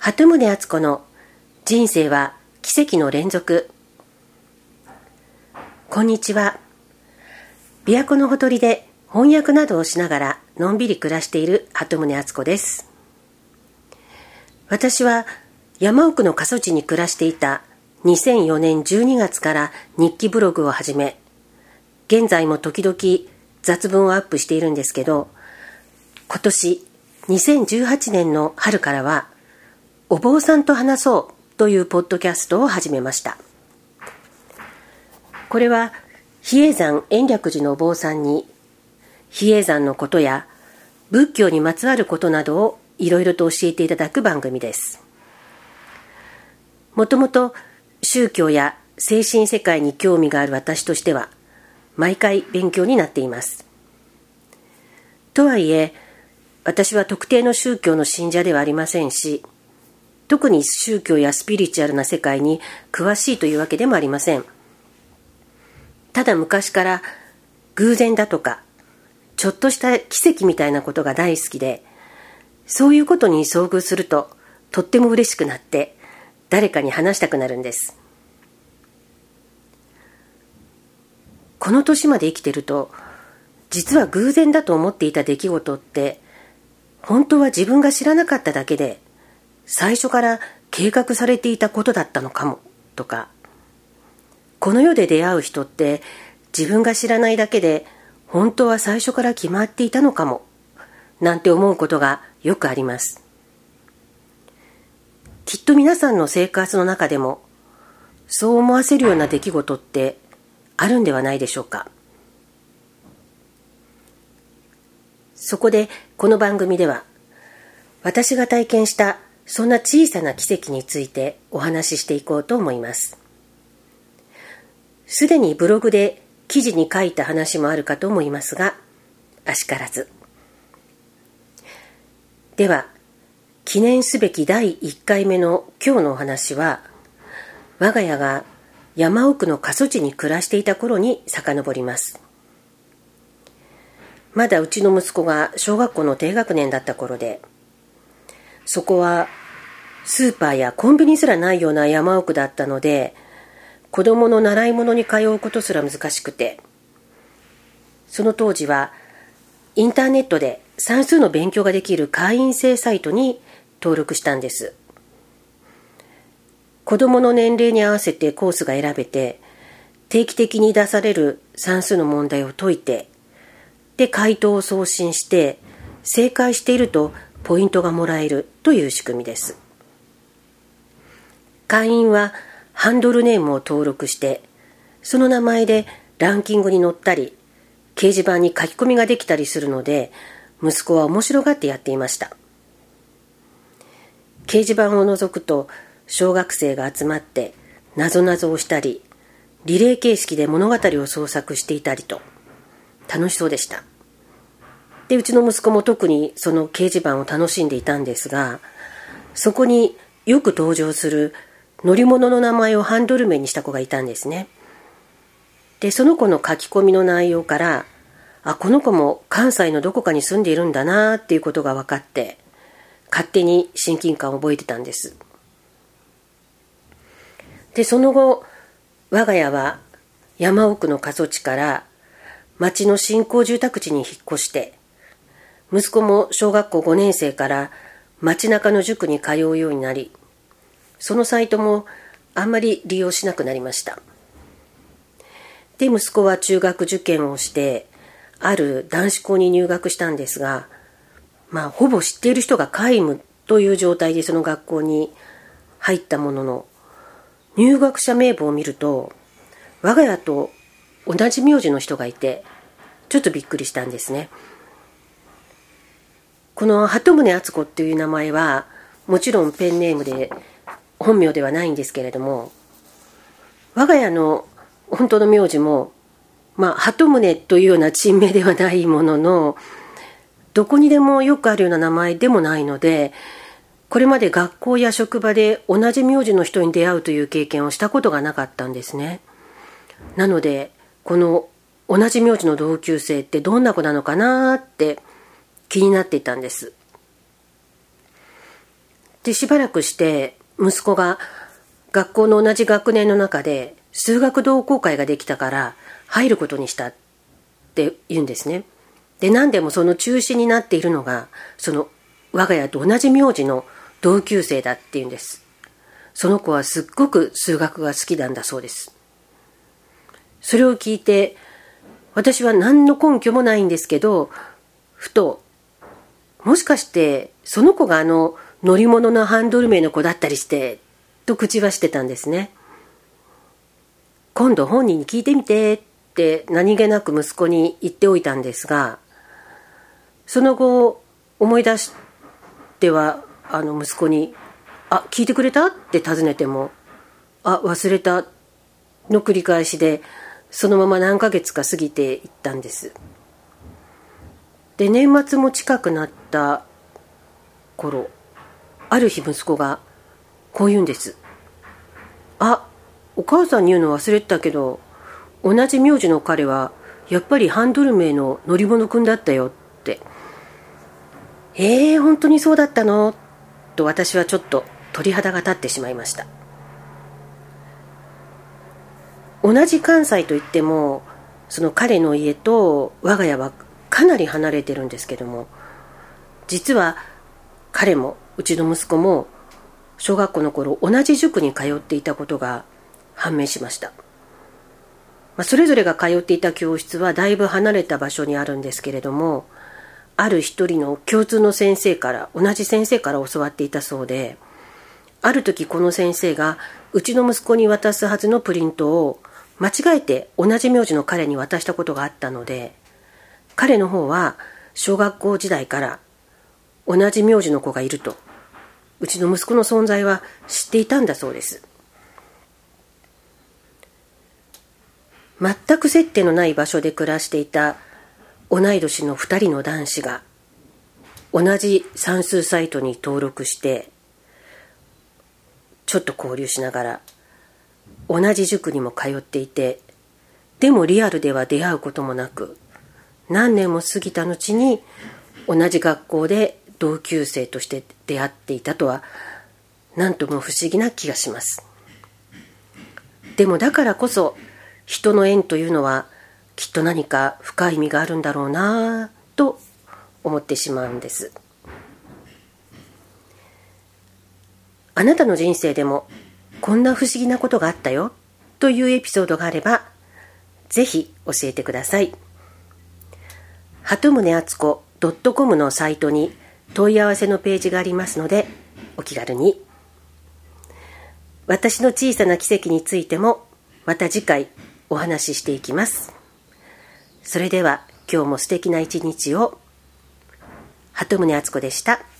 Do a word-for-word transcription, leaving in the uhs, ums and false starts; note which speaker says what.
Speaker 1: 鳩宗敦子の人生は奇跡の連続。こんにちは。琵琶湖のほとりで翻訳などをしながらのんびり暮らしている鳩宗敦子です。私は山奥の過疎地に暮らしていたにせんよねんじゅうにがつから日記ブログを始め、現在も時々雑文をアップしているんですけど、今年にせんじゅうはちねんの春からはお坊さんと話そうというポッドキャストを始めました。これは比叡山延暦寺のお坊さんに比叡山のことや仏教にまつわることなどをいろいろと教えていただく番組です。もともと宗教や精神世界に興味がある私としては毎回勉強になっています。とはいえ私は特定の宗教の信者ではありませんし、特に宗教やスピリチュアルな世界に詳しいというわけでもありません。ただ昔から偶然だとかちょっとした奇跡みたいなことが大好きで、そういうことに遭遇するととっても嬉しくなって誰かに話したくなるんです。この年まで生きてると、実は偶然だと思っていた出来事って本当は自分が知らなかっただけで最初から計画されていたことだったのかもとか、この世で出会う人って自分が知らないだけで本当は最初から決まっていたのかもなんて思うことがよくあります。きっと皆さんの生活の中でもそう思わせるような出来事ってあるんではないでしょうか。そこでこの番組では私が体験したそんな小さな奇跡についてお話ししていこうと思います。すでにブログで記事に書いた話もあるかと思いますが、あしからず。では、記念すべきだいいっかいめの今日のお話は、我が家が山奥の過疎地に暮らしていた頃に遡ります。まだうちの息子が小学校の低学年だった頃で、そこはスーパーやコンビニすらないような山奥だったので、子供の習い物に通うことすら難しくて、その当時はインターネットで算数の勉強ができる会員制サイトに登録したんです。子供の年齢に合わせてコースが選べて、定期的に出される算数の問題を解いて、で回答を送信して、正解しているとポイントがもらえるという仕組みです。会員はハンドルネームを登録して、その名前でランキングに載ったり、掲示板に書き込みができたりするので、息子は面白がってやっていました。掲示板を覗くと、小学生が集まってなぞなぞをしたり、リレー形式で物語を創作していたりと、楽しそうでした。で、うちの息子も特にその掲示板を楽しんでいたんですが、そこによく登場する乗り物の名前をハンドル名にした子がいたんですね。で、その子の書き込みの内容から、あ、この子も関西のどこかに住んでいるんだなっていうことが分かって、勝手に親近感を覚えてたんです。で、その後、我が家は山奥の過疎地から町の新興住宅地に引っ越して、息子も小学校ごねん生から町中の塾に通うようになり、そのサイトもあんまり利用しなくなりました。で、息子は中学受験をして、ある男子校に入学したんですが、まあ、ほぼ知っている人が皆無という状態でその学校に入ったものの、入学者名簿を見ると、我が家と同じ名字の人がいて、ちょっとびっくりしたんですね。この鳩宗敦子っていう名前は、もちろんペンネームで本名ではないんですけれども、我が家の本当の名字も、まあ、鳩宗というような珍名ではないものの、どこにでもよくあるような名前でもないので、これまで学校や職場で同じ名字の人に出会うという経験をしたことがなかったんですね。なので、この同じ名字の同級生ってどんな子なのかなって気になっていたんです。 でしばらくして息子が学校の同じ学年の中で数学同好会ができたから入ることにしたって言うんですね。で何でもその中心になっているのがその我が家と同じ名字の同級生だって言うんです。その子はすっごく数学が好きなんだそうです。それを聞いて私は何の根拠もないんですけど、ふともしかしてその子があの乗り物のハンドル名の子だったりしてと口はしてたんですね。今度本人に聞いてみてって何気なく息子に言っておいたんですが、その後思い出してはあの息子に「あ、聞いてくれた?」って尋ねても「あ、忘れた」の繰り返しで、そのまま何ヶ月か過ぎていったんです。で年末も近くなった頃、ある日息子がこう言うんです。あ、お母さんに言うの忘れてたけど、同じ名字の彼はやっぱりハンドル名の乗り物くんだったよって。えー、本当にそうだったのと私はちょっと鳥肌が立ってしまいました。同じ関西といってもその彼の家と我が家はかなり離れてるんですけども、実は彼もうちの息子も小学校の頃同じ塾に通っていたことが判明しました。まあ、それぞれが通っていた教室はだいぶ離れた場所にあるんですけれども、ある一人の共通の先生から同じ先生から教わっていたそうで、ある時この先生がうちの息子に渡すはずのプリントを間違えて同じ名字の彼に渡したことがあったので、彼の方は小学校時代から同じ名字の子がいるとうちの息子の存在は知っていたんだそうです。全く接点のない場所で暮らしていた同い年のふたりの男子が同じ算数サイトに登録してちょっと交流しながら同じ塾にも通っていて、でもリアルでは出会うこともなく、何年も過ぎた後に同じ学校で同級生として出会っていたとは何とも不思議な気がします。でもだからこそ人の縁というのはきっと何か深い意味があるんだろうなと思ってしまうんです。あなたの人生でもこんな不思議なことがあったよというエピソードがあればぜひ教えてください。鳩宗敦子 .com のサイトに問い合わせのページがありますのでお気軽に。私の小さな奇跡についてもまた次回お話ししていきます。それでは今日も素敵な一日を。鳩宗敦子でした。